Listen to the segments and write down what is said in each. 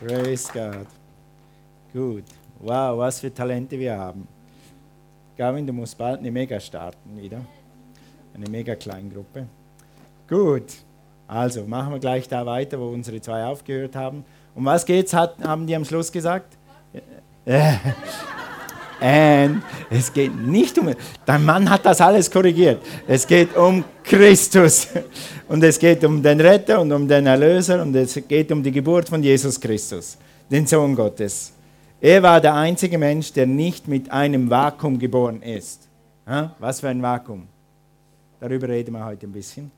Praise God. Gut. Wow, was für Talente wir haben. Gavin, du musst bald eine Mega starten wieder. Eine mega Kleingruppe. Gut. Also machen wir gleich da weiter, wo unsere zwei aufgehört haben. Um was geht's, haben die am Schluss gesagt? Es geht nicht um... Dein Mann hat das alles korrigiert. Es geht um Christus. Und es geht um den Retter und um den Erlöser. Und es geht um die Geburt von Jesus Christus, den Sohn Gottes. Er war der einzige Mensch, der nicht mit einem Vakuum geboren ist. Was für ein Vakuum? Darüber reden wir heute ein bisschen.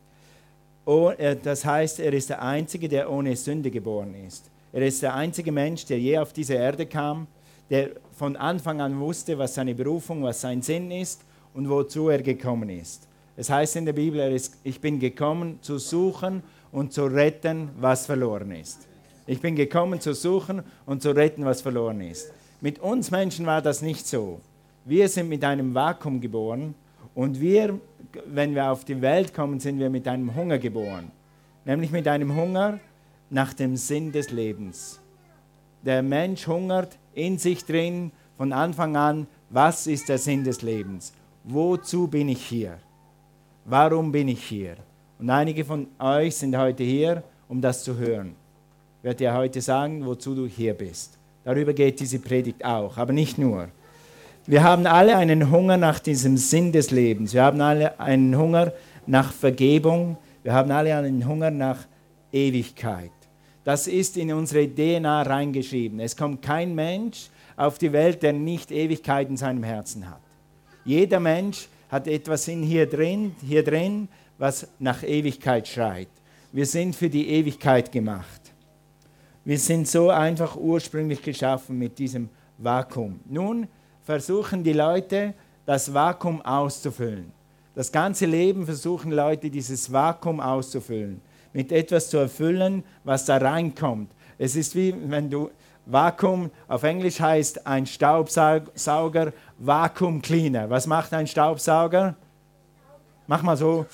Das heißt, er ist der Einzige, der ohne Sünde geboren ist. Er ist der einzige Mensch, der je auf diese Erde kam, der von Anfang an wusste, was seine Berufung, was sein Sinn ist und wozu er gekommen ist. Es heißt in der Bibel, ich bin gekommen, zu suchen und zu retten, was verloren ist. Ich bin gekommen, zu suchen und zu retten, was verloren ist. Mit uns Menschen war das nicht so. Wir sind mit einem Vakuum geboren und wir, wenn wir auf die Welt kommen, sind wir mit einem Hunger geboren. Nämlich mit einem Hunger nach dem Sinn des Lebens. Der Mensch hungert in sich drin von Anfang an, was ist der Sinn des Lebens? Wozu bin ich hier? Warum bin ich hier? Und einige von euch sind heute hier, um das zu hören. Ich werde dir heute sagen, wozu du hier bist. Darüber geht diese Predigt auch, aber nicht nur. Wir haben alle einen Hunger nach diesem Sinn des Lebens. Wir haben alle einen Hunger nach Vergebung. Wir haben alle einen Hunger nach Ewigkeit. Das ist in unsere DNA reingeschrieben. Es kommt kein Mensch auf die Welt, der nicht Ewigkeit in seinem Herzen hat. Jeder Mensch hat etwas hier drin, was nach Ewigkeit schreit. Wir sind für die Ewigkeit gemacht. Wir sind so einfach ursprünglich geschaffen mit diesem Vakuum. Nun versuchen die Leute, das Vakuum auszufüllen. Das ganze Leben versuchen Leute, dieses Vakuum auszufüllen. Mit etwas zu erfüllen, was da reinkommt. Es ist wie, wenn du Vakuum, auf Englisch heißt ein Staubsauger Vacuum Cleaner. Was macht ein Staubsauger? Mach mal so.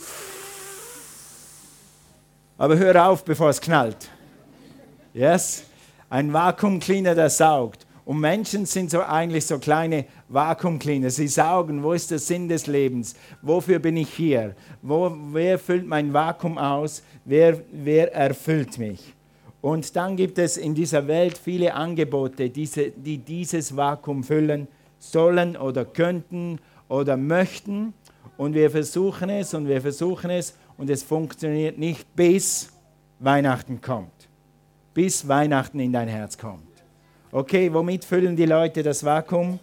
Aber hör auf, bevor es knallt. Yes? Ein Vacuum Cleaner, der saugt. Und Menschen sind so eigentlich so kleine Vacuum Cleaner. Sie saugen, wo ist der Sinn des Lebens? Wofür bin ich hier? Wer füllt mein Vakuum aus? Wer erfüllt mich? Und dann gibt es in dieser Welt viele Angebote, die dieses Vakuum füllen sollen oder könnten oder möchten. Und wir versuchen es und wir versuchen es und es funktioniert nicht, bis Weihnachten kommt. Bis Weihnachten in dein Herz kommt. Okay, womit füllen die Leute das Vakuum?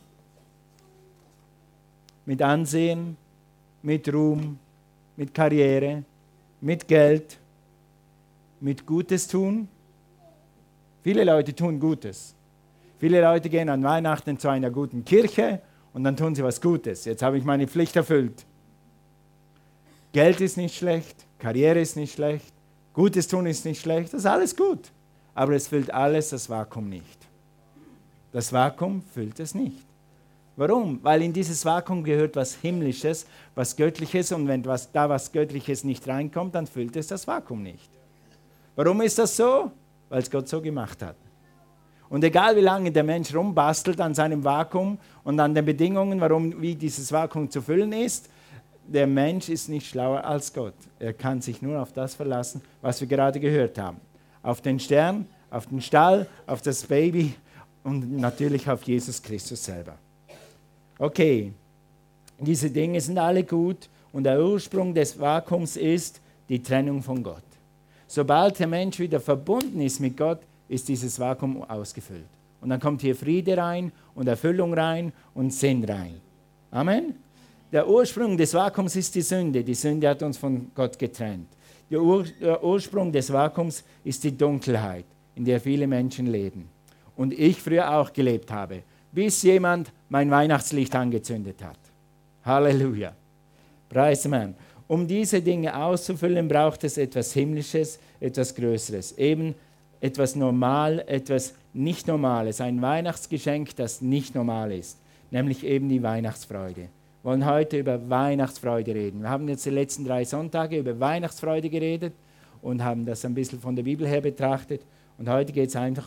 Mit Ansehen, mit Ruhm, mit Karriere, mit Geld, mit Gutes tun. Viele Leute tun Gutes. Viele Leute gehen an Weihnachten zu einer guten Kirche und dann tun sie was Gutes. Jetzt habe ich meine Pflicht erfüllt. Geld ist nicht schlecht, Karriere ist nicht schlecht, Gutes tun ist nicht schlecht, das ist alles gut. Aber es füllt alles das Vakuum nicht. Das Vakuum füllt es nicht. Warum? Weil in dieses Vakuum gehört was Himmlisches, was Göttliches und wenn was Göttliches nicht reinkommt, dann füllt es das Vakuum nicht. Warum ist das so? Weil es Gott so gemacht hat. Und egal wie lange der Mensch rumbastelt an seinem Vakuum und an den Bedingungen, wie dieses Vakuum zu füllen ist, der Mensch ist nicht schlauer als Gott. Er kann sich nur auf das verlassen, was wir gerade gehört haben. Auf den Stern, auf den Stall, auf das Baby und natürlich auf Jesus Christus selber. Okay, diese Dinge sind alle gut und der Ursprung des Vakuums ist die Trennung von Gott. Sobald der Mensch wieder verbunden ist mit Gott, ist dieses Vakuum ausgefüllt. Und dann kommt hier Friede rein und Erfüllung rein und Sinn rein. Amen? Der Ursprung des Vakuums ist die Sünde. Die Sünde hat uns von Gott getrennt. Der Ursprung des Vakuums ist die Dunkelheit, in der viele Menschen leben. Und ich früher auch gelebt habe, bis jemand mein Weihnachtslicht angezündet hat. Halleluja. Preis dem Herrn. Um diese Dinge auszufüllen, braucht es etwas Himmlisches, etwas Größeres. Eben etwas normal, etwas nicht Normales. Ein Weihnachtsgeschenk, das nicht normal ist. Nämlich eben die Weihnachtsfreude. Wir wollen heute über Weihnachtsfreude reden. Wir haben jetzt die letzten 3 Sonntage über Weihnachtsfreude geredet und haben das ein bisschen von der Bibel her betrachtet. Und heute geht es einfach nur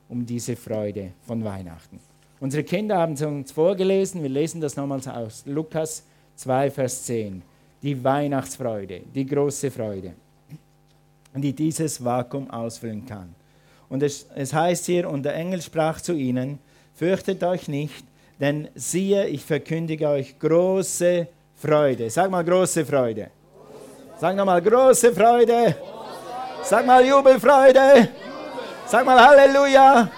um diese Freude von Weihnachten. Unsere Kinder haben es uns vorgelesen, wir lesen das nochmals aus Lukas 2, Vers 10. Die Weihnachtsfreude, die große Freude, die dieses Vakuum ausfüllen kann. Und es heißt hier, und der Engel sprach zu ihnen, fürchtet euch nicht, denn siehe, ich verkündige euch große Freude. Sag mal große Freude. Sag nochmal große Freude. Sag mal Jubelfreude. Sag mal Halleluja.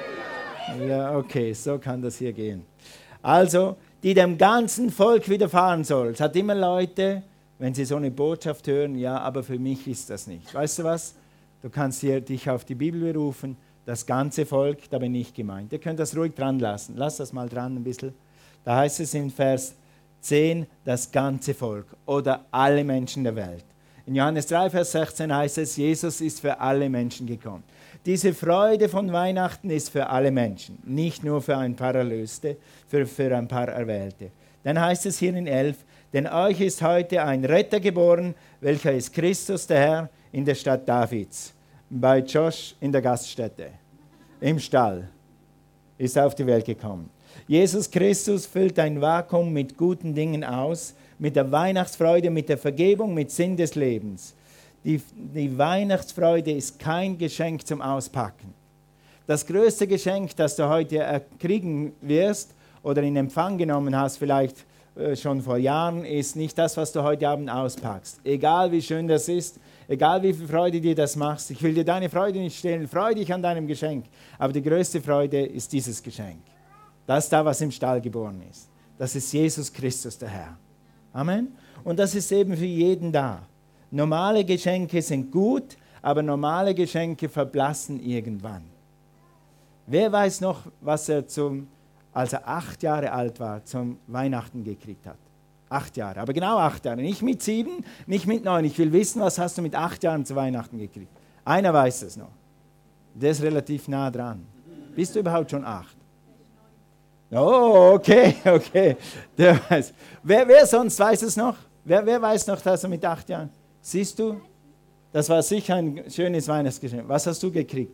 Ja, okay, so kann das hier gehen. Also, die dem ganzen Volk widerfahren soll. Es hat immer Leute, wenn sie so eine Botschaft hören, ja, aber für mich ist das nicht. Weißt du was? Du kannst hier dich auf die Bibel berufen, das ganze Volk, da bin ich gemeint. Ihr könnt das ruhig dran lassen. Lass das mal dran ein bisschen. Da heißt es in Vers 10, das ganze Volk oder alle Menschen der Welt. In Johannes 3, Vers 16 heißt es, Jesus ist für alle Menschen gekommen. Diese Freude von Weihnachten ist für alle Menschen, nicht nur für ein paar Erlöste, für ein paar Erwählte. Dann heißt es hier in 11, denn euch ist heute ein Retter geboren, welcher ist Christus der Herr in der Stadt Davids. Bei Josh in der Gaststätte, im Stall, ist er auf die Welt gekommen. Jesus Christus füllt ein Vakuum mit guten Dingen aus, mit der Weihnachtsfreude, mit der Vergebung, mit Sinn des Lebens. Die Weihnachtsfreude ist kein Geschenk zum Auspacken. Das größte Geschenk, das du heute kriegen wirst oder in Empfang genommen hast, vielleicht schon vor Jahren, ist nicht das, was du heute Abend auspackst. Egal wie schön das ist, egal wie viel Freude dir das macht. Ich will dir deine Freude nicht stehlen, freu dich an deinem Geschenk. Aber die größte Freude ist dieses Geschenk. Das da, was im Stall geboren ist. Das ist Jesus Christus, der Herr. Amen. Und das ist eben für jeden da. Normale Geschenke sind gut, aber normale Geschenke verblassen irgendwann. Wer weiß noch, was er als er 8 Jahre alt war, zum Weihnachten gekriegt hat? 8 Jahre, aber genau 8 Jahre. Nicht mit 7, nicht mit 9. Ich will wissen, was hast du mit 8 Jahren zu Weihnachten gekriegt? Einer weiß es noch. Der ist relativ nah dran. Bist du überhaupt schon 8? Oh, okay. Der weiß. Wer sonst weiß es noch? Wer weiß noch, dass er mit 8 Jahren... Siehst du, das war sicher ein schönes Weihnachtsgeschenk. Was hast du gekriegt?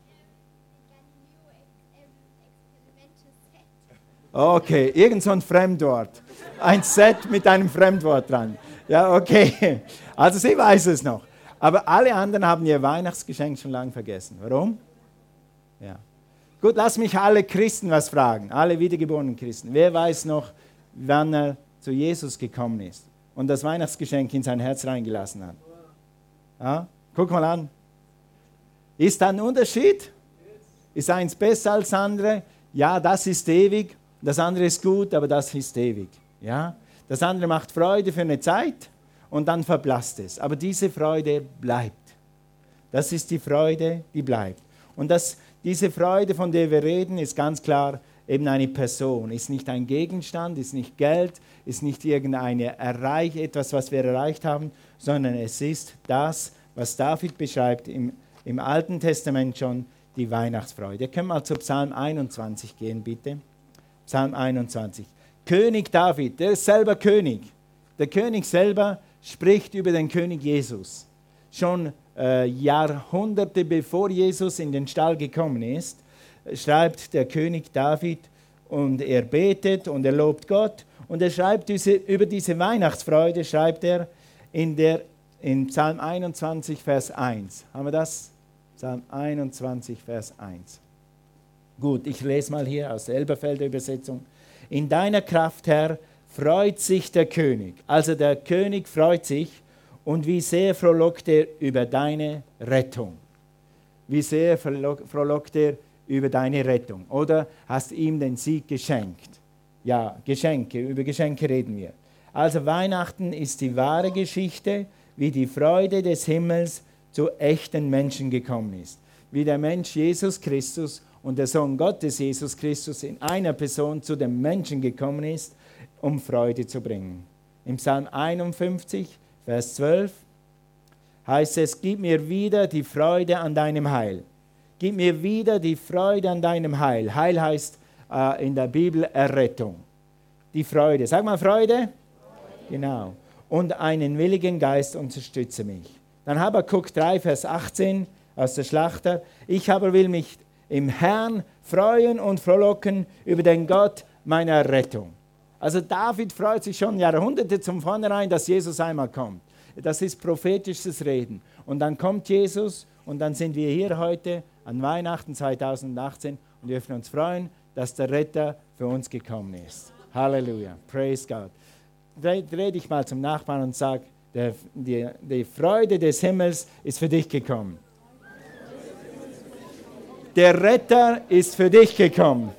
Okay, irgend so ein Fremdwort. Ein Set mit einem Fremdwort dran. Ja, okay. Also sie weiß es noch. Aber alle anderen haben ihr Weihnachtsgeschenk schon lange vergessen. Warum? Ja. Gut, lass mich alle Christen was fragen. Alle wiedergeborenen Christen. Wer weiß noch, wann er zu Jesus gekommen ist und das Weihnachtsgeschenk in sein Herz reingelassen hat? Ja? Guck mal an. Ist da ein Unterschied? Ist eins besser als das andere? Ja, das ist ewig. Das andere ist gut, aber das ist ewig. Ja? Das andere macht Freude für eine Zeit und dann verblasst es. Aber diese Freude bleibt. Das ist die Freude, die bleibt. Und diese Freude, von der wir reden, ist ganz klar eben eine Person. Ist nicht ein Gegenstand, ist nicht Geld, ist nicht etwas, was wir erreicht haben, sondern es ist das, was David beschreibt im Alten Testament schon, die Weihnachtsfreude. Ihr könnt mal zu Psalm 21 gehen, bitte. Psalm 21. König David, der ist selber König. Der König selber spricht über den König Jesus. Schon Jahrhunderte bevor Jesus in den Stall gekommen ist, schreibt der König David und er betet und er lobt Gott. Und er schreibt über diese Weihnachtsfreude, schreibt er in Psalm 21, Vers 1. Haben wir das? Psalm 21, Vers 1. Gut, ich lese mal hier aus der Elberfelder Übersetzung. In deiner Kraft, Herr, freut sich der König. Also der König freut sich und wie sehr frohlockt er über deine Rettung. Wie sehr frohlockt er über deine Rettung. Oder hast ihm den Sieg geschenkt. Ja, Geschenke, über Geschenke reden wir. Also Weihnachten ist die wahre Geschichte, wie die Freude des Himmels zu echten Menschen gekommen ist. Wie der Mensch Jesus Christus und der Sohn Gottes Jesus Christus in einer Person zu den Menschen gekommen ist, um Freude zu bringen. Im Psalm 51, Vers 12 heißt es, gib mir wieder die Freude an deinem Heil. Gib mir wieder die Freude an deinem Heil. Heil heißt in der Bibel Errettung. Die Freude. Sag mal Freude. Freude. Genau. Und einen willigen Geist unterstütze mich. Dann Habakuk 3, Vers 18 aus der Schlachter. Ich aber will mich im Herrn freuen und frohlocken über den Gott meiner Rettung. Also David freut sich schon Jahrhunderte zum Vornherein, dass Jesus einmal kommt. Das ist prophetisches Reden. Und dann kommt Jesus und dann sind wir hier heute an Weihnachten 2018 und dürfen uns freuen, dass der Retter für uns gekommen ist. Halleluja, praise God. Dreh dich mal zum Nachbarn und sag, die Freude des Himmels ist für dich gekommen. Der Retter ist für dich gekommen.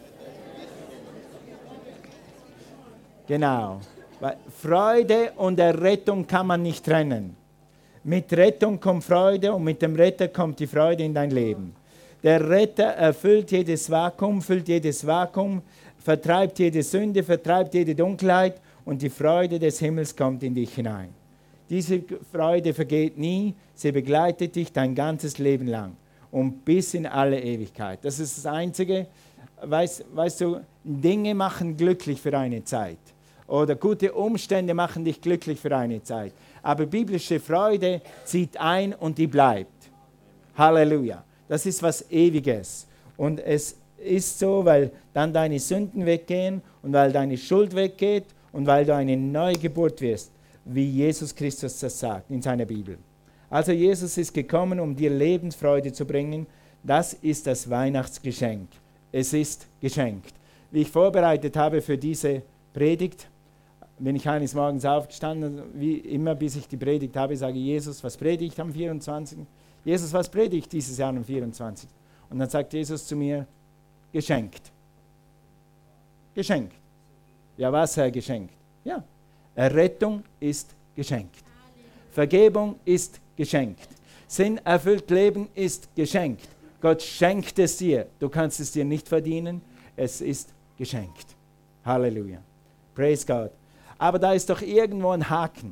Genau. Weil Freude und Errettung kann man nicht trennen. Mit Rettung kommt Freude und mit dem Retter kommt die Freude in dein Leben. Der Retter erfüllt jedes Vakuum, füllt jedes Vakuum, vertreibt jede Sünde, vertreibt jede Dunkelheit und die Freude des Himmels kommt in dich hinein. Diese Freude vergeht nie, sie begleitet dich dein ganzes Leben lang und bis in alle Ewigkeit. Das ist das Einzige, weißt du, Dinge machen glücklich für eine Zeit. Oder gute Umstände machen dich glücklich für eine Zeit. Aber biblische Freude zieht ein und die bleibt. Halleluja. Das ist was Ewiges. Und es ist so, weil dann deine Sünden weggehen und weil deine Schuld weggeht und weil du eine Neugeburt wirst, wie Jesus Christus das sagt in seiner Bibel. Also Jesus ist gekommen, um dir Lebensfreude zu bringen. Das ist das Weihnachtsgeschenk. Es ist geschenkt. Wie ich vorbereitet habe für diese Predigt, bin ich eines Morgens aufgestanden, wie immer, bis ich die Predigt habe, sage ich, Jesus, was predige ich am 24.? Jesus, was predige ich dieses Jahr am 24.? Und dann sagt Jesus zu mir, geschenkt. Geschenkt. Ja, was, Herr, geschenkt? Ja, Errettung ist geschenkt. Vergebung ist geschenkt. Sinn erfüllt Leben ist geschenkt. Gott schenkt es dir. Du kannst es dir nicht verdienen. Es ist geschenkt. Halleluja. Praise God. Aber da ist doch irgendwo ein Haken.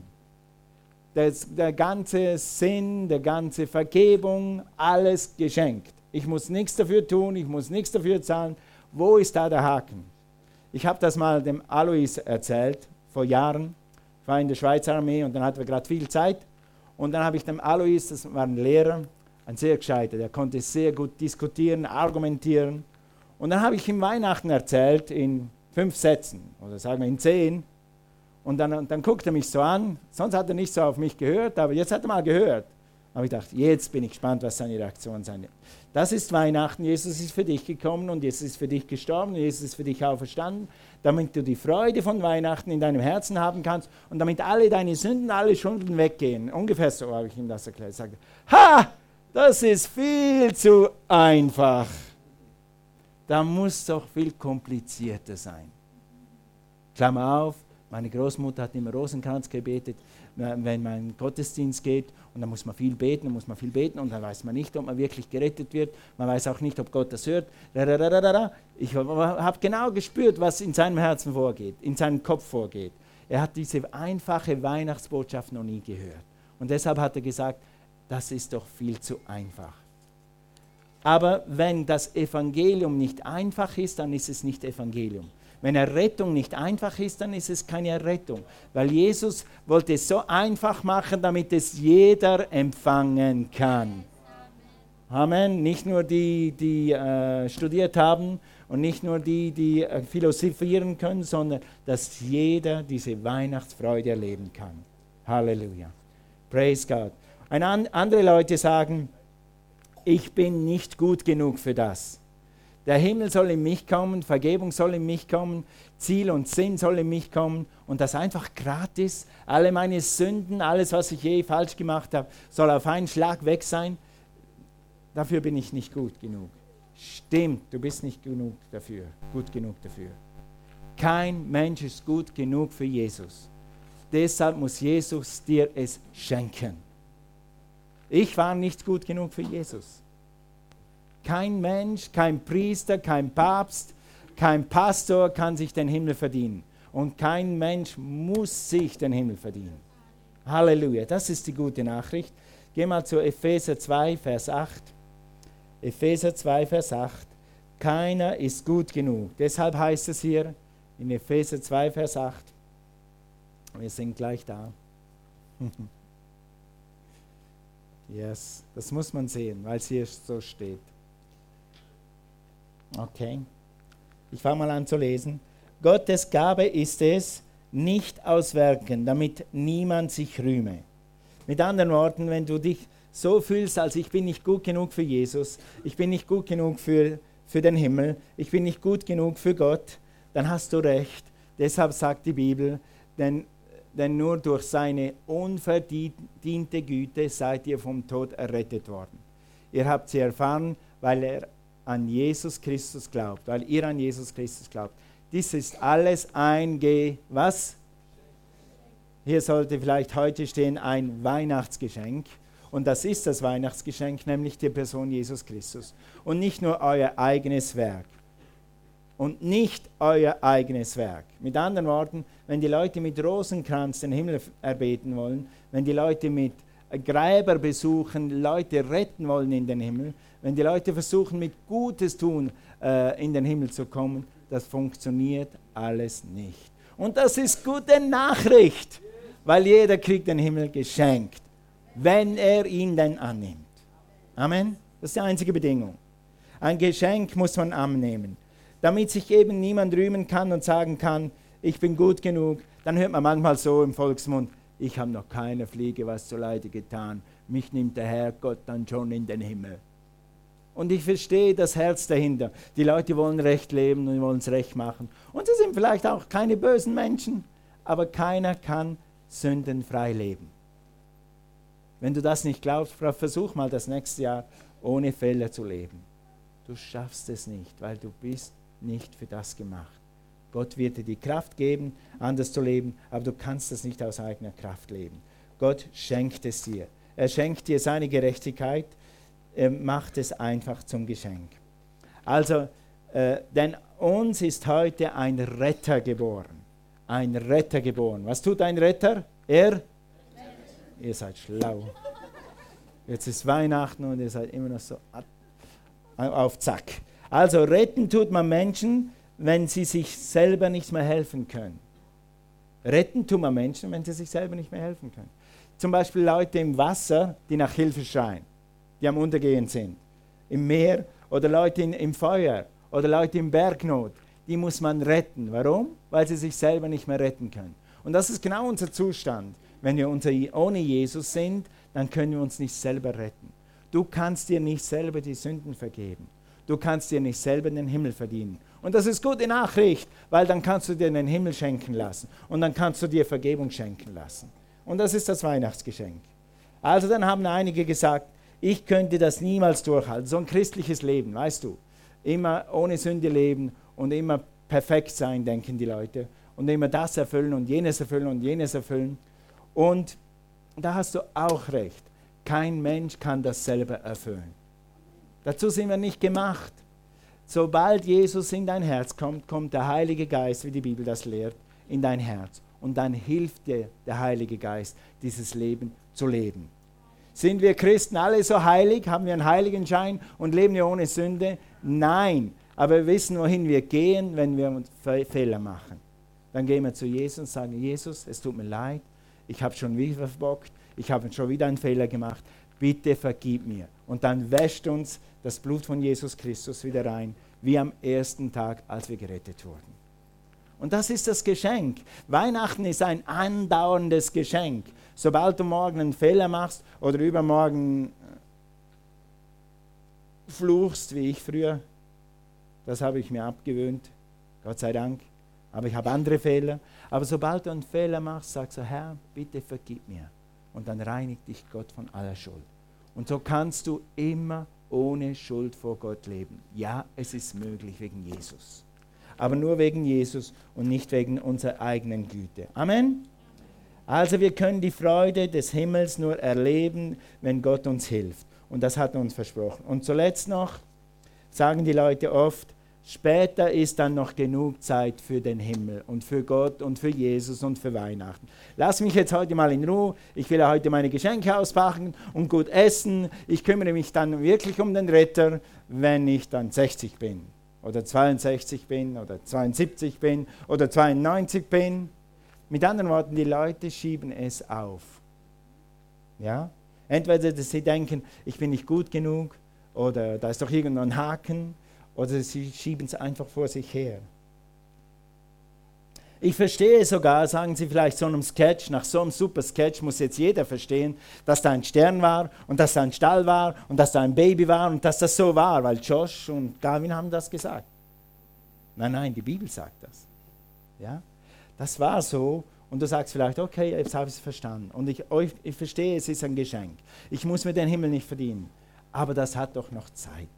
Der ganze Sinn, der ganze Vergebung, alles geschenkt. Ich muss nichts dafür tun, ich muss nichts dafür zahlen. Wo ist da der Haken? Ich habe das mal dem Alois erzählt, vor Jahren. Ich war in der Schweizer Armee und dann hatten wir gerade viel Zeit. Und dann habe ich dem Alois, das war ein Lehrer, ein sehr gescheiter, der konnte sehr gut diskutieren, argumentieren. Und dann habe ich ihm Weihnachten erzählt in 5 Sätzen oder sagen wir in 10. Und dann guckt er mich so an, sonst hat er nicht so auf mich gehört, aber jetzt hat er mal gehört. Aber ich dachte, jetzt bin ich gespannt, was seine Reaktion sein wird. Das ist Weihnachten, Jesus ist für dich gekommen und Jesus ist für dich gestorben und Jesus ist für dich auferstanden, damit du die Freude von Weihnachten in deinem Herzen haben kannst und damit alle deine Sünden, alle Schulden weggehen. Ungefähr so habe ich ihm das erklärt. Ich sagte, ha, das ist viel zu einfach. Da muss doch viel komplizierter sein. Klammer auf. Meine Großmutter hat immer Rosenkranz gebetet, wenn man in den Gottesdienst geht und dann muss man viel beten und dann weiß man nicht, ob man wirklich gerettet wird. Man weiß auch nicht, ob Gott das hört. Ich habe genau gespürt, was in seinem Herzen vorgeht, in seinem Kopf vorgeht. Er hat diese einfache Weihnachtsbotschaft noch nie gehört. Und deshalb hat er gesagt, das ist doch viel zu einfach. Aber wenn das Evangelium nicht einfach ist, dann ist es nicht Evangelium. Wenn Errettung nicht einfach ist, dann ist es keine Errettung. Weil Jesus wollte es so einfach machen, damit es jeder empfangen kann. Amen. Nicht nur die, die studiert haben und nicht nur die, die philosophieren können, sondern dass jeder diese Weihnachtsfreude erleben kann. Halleluja. Praise God. Andere Leute sagen, ich bin nicht gut genug für das. Der Himmel soll in mich kommen, Vergebung soll in mich kommen, Ziel und Sinn soll in mich kommen und das einfach gratis. Alle meine Sünden, alles, was ich je falsch gemacht habe, soll auf einen Schlag weg sein. Dafür bin ich nicht gut genug. Stimmt, du bist nicht gut genug dafür. Kein Mensch ist gut genug für Jesus. Deshalb muss Jesus dir es schenken. Ich war nicht gut genug für Jesus. Kein Mensch, kein Priester, kein Papst, kein Pastor kann sich den Himmel verdienen. Und kein Mensch muss sich den Himmel verdienen. Halleluja, das ist die gute Nachricht. Geh mal zu Epheser 2, Vers 8. Epheser 2, Vers 8. Keiner ist gut genug. Deshalb heißt es hier in Epheser 2, Vers 8. Wir sind gleich da. Yes, das muss man sehen, weil es hier so steht. Okay, ich fange mal an zu lesen. Gottes Gabe ist es, nicht aus Werken, damit niemand sich rühme. Mit anderen Worten, wenn du dich so fühlst, als ich bin nicht gut genug für Jesus, ich bin nicht gut genug für den Himmel, ich bin nicht gut genug für Gott, dann hast du recht. Deshalb sagt die Bibel, denn nur durch seine unverdiente Güte seid ihr vom Tod errettet worden. Ihr habt sie erfahren, weil ihr an Jesus Christus glaubt, Dies ist alles was? Hier sollte vielleicht heute stehen, ein Weihnachtsgeschenk. Und das ist das Weihnachtsgeschenk, nämlich die Person Jesus Christus. Und nicht nur euer eigenes Werk. Und nicht euer eigenes Werk. Mit anderen Worten, wenn die Leute mit Rosenkranz den Himmel erbeten wollen, wenn die Leute mit Gräber besuchen, Leute retten wollen in den Himmel, wenn die Leute versuchen, mit Gutes tun, in den Himmel zu kommen, das funktioniert alles nicht. Und das ist gute Nachricht, weil jeder kriegt den Himmel geschenkt, wenn er ihn denn annimmt. Amen? Das ist die einzige Bedingung. Ein Geschenk muss man annehmen. Damit sich eben niemand rühmen kann und sagen kann, ich bin gut genug, dann hört man manchmal so im Volksmund, ich habe noch keiner Fliege was zuleide getan, mich nimmt der Herrgott dann schon in den Himmel. Und ich verstehe das Herz dahinter. Die Leute wollen recht leben und wollen es recht machen. Und sie sind vielleicht auch keine bösen Menschen, aber keiner kann sündenfrei leben. Wenn du das nicht glaubst, versuch mal das nächste Jahr ohne Fehler zu leben. Du schaffst es nicht, weil du bist nicht für das gemacht. Gott wird dir die Kraft geben, anders zu leben, aber du kannst es nicht aus eigener Kraft leben. Gott schenkt es dir. Er schenkt dir seine Gerechtigkeit, macht es einfach zum Geschenk. Also, denn uns ist heute ein Retter geboren. Ein Retter geboren. Was tut ein Retter? Ihr seid schlau. Jetzt ist Weihnachten und ihr seid immer noch so auf Zack. Also retten tut man Menschen, wenn sie sich selber nicht mehr helfen können. Retten tut man Menschen, wenn sie sich selber nicht mehr helfen können. Zum Beispiel Leute im Wasser, die nach Hilfe schreien, die am Untergehen sind. Im Meer oder Leute im Feuer oder Leute in Bergnot, die muss man retten. Warum? Weil sie sich selber nicht mehr retten können. Und das ist genau unser Zustand. Wenn wir ohne Jesus sind, dann können wir uns nicht selber retten. Du kannst dir nicht selber die Sünden vergeben. Du kannst dir nicht selber den Himmel verdienen. Und das ist gute Nachricht, weil dann kannst du dir den Himmel schenken lassen. Und dann kannst du dir Vergebung schenken lassen. Und das ist das Weihnachtsgeschenk. Also dann haben einige gesagt, ich könnte das niemals durchhalten. So ein christliches Leben, weißt du. Immer ohne Sünde leben und immer perfekt sein, denken die Leute. Und immer das erfüllen und jenes erfüllen und jenes erfüllen. Und da hast du auch recht. Kein Mensch kann das selber erfüllen. Dazu sind wir nicht gemacht. Sobald Jesus in dein Herz kommt, kommt der Heilige Geist, wie die Bibel das lehrt, in dein Herz. Und dann hilft dir der Heilige Geist, dieses Leben zu leben. Sind wir Christen alle so heilig? Haben wir einen Heiligenschein und leben wir ohne Sünde? Nein. Aber wir wissen, wohin wir gehen, wenn wir Fehler machen. Dann gehen wir zu Jesus und sagen, Jesus, es tut mir leid, ich habe schon wieder verbockt, ich habe schon wieder einen Fehler gemacht, bitte vergib mir. Und dann wäscht uns das Blut von Jesus Christus wieder rein, wie am ersten Tag, als wir gerettet wurden. Und das ist das Geschenk. Weihnachten ist ein andauerndes Geschenk. Sobald du morgen einen Fehler machst oder übermorgen fluchst, wie ich früher, das habe ich mir abgewöhnt, Gott sei Dank, aber ich habe andere Fehler. Aber sobald du einen Fehler machst, sagst du, Herr, bitte vergib mir. Und dann reinigt dich Gott von aller Schuld. Und so kannst du immer ohne Schuld vor Gott leben. Ja, es ist möglich wegen Jesus. Aber nur wegen Jesus und nicht wegen unserer eigenen Güte. Amen? Also wir können die Freude des Himmels nur erleben, wenn Gott uns hilft. Und das hat er uns versprochen. Und zuletzt noch sagen die Leute oft, später ist dann noch genug Zeit für den Himmel und für Gott und für Jesus und für Weihnachten. Lass mich jetzt heute mal in Ruhe. Ich will heute meine Geschenke auspacken und gut essen. Ich kümmere mich dann wirklich um den Retter, wenn ich dann 60 bin oder 62 bin oder 72 bin oder 92 bin. Mit anderen Worten, die Leute schieben es auf. Ja? Entweder dass sie denken, ich bin nicht gut genug oder da ist doch irgendwo ein Haken oder sie schieben es einfach vor sich her. Ich verstehe sogar, sagen Sie vielleicht so einem Sketch, nach so einem super Sketch muss jetzt jeder verstehen, dass da ein Stern war und dass da ein Stall war und dass da ein Baby war und dass das so war, weil Josh und Darwin haben das gesagt. Nein, die Bibel sagt das. Ja? Das war so und du sagst vielleicht, okay, jetzt habe ich es verstanden. Und ich verstehe, es ist ein Geschenk. Ich muss mir den Himmel nicht verdienen, aber das hat doch noch Zeit.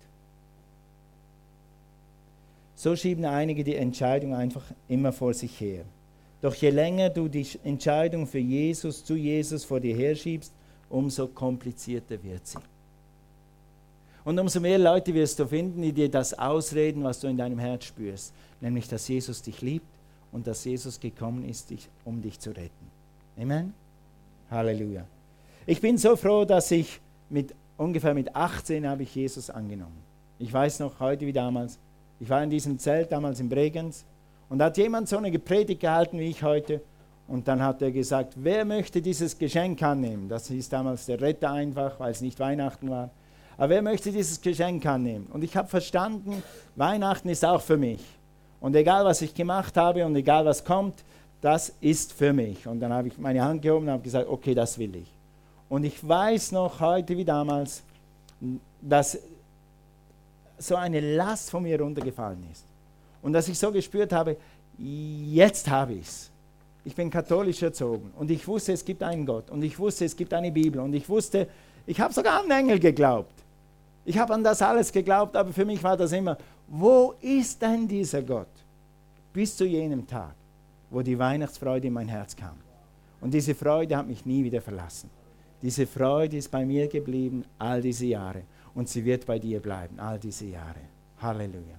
So schieben einige die Entscheidung einfach immer vor sich her. Doch je länger du die Entscheidung für Jesus, zu Jesus vor dir herschiebst, umso komplizierter wird sie. Und umso mehr Leute wirst du finden, die dir das ausreden, was du in deinem Herz spürst. Nämlich, dass Jesus dich liebt und dass Jesus gekommen ist, um dich zu retten. Amen? Halleluja. Ich bin so froh, dass ich ungefähr mit 18 habe ich Jesus angenommen. Ich weiß noch heute wie damals. Ich war in diesem Zelt damals in Bregenz und da hat jemand so eine Predigt gehalten wie ich heute und dann hat er gesagt, wer möchte dieses Geschenk annehmen? Das hieß damals der Retter einfach, weil es nicht Weihnachten war. Aber wer möchte dieses Geschenk annehmen? Und ich habe verstanden, Weihnachten ist auch für mich. Und egal was ich gemacht habe und egal was kommt, das ist für mich. Und dann habe ich meine Hand gehoben und habe gesagt, okay, das will ich. Und ich weiß noch heute wie damals, dass so eine Last von mir runtergefallen ist. Und dass ich so gespürt habe, jetzt habe ich es. Ich bin katholisch erzogen und ich wusste, es gibt einen Gott und ich wusste, es gibt eine Bibel und ich wusste, ich habe sogar an Engel geglaubt. Ich habe an das alles geglaubt, aber für mich war das immer, wo ist denn dieser Gott? Bis zu jenem Tag, wo die Weihnachtsfreude in mein Herz kam. Und diese Freude hat mich nie wieder verlassen. Diese Freude ist bei mir geblieben all diese Jahre. Und sie wird bei dir bleiben, all diese Jahre. Halleluja.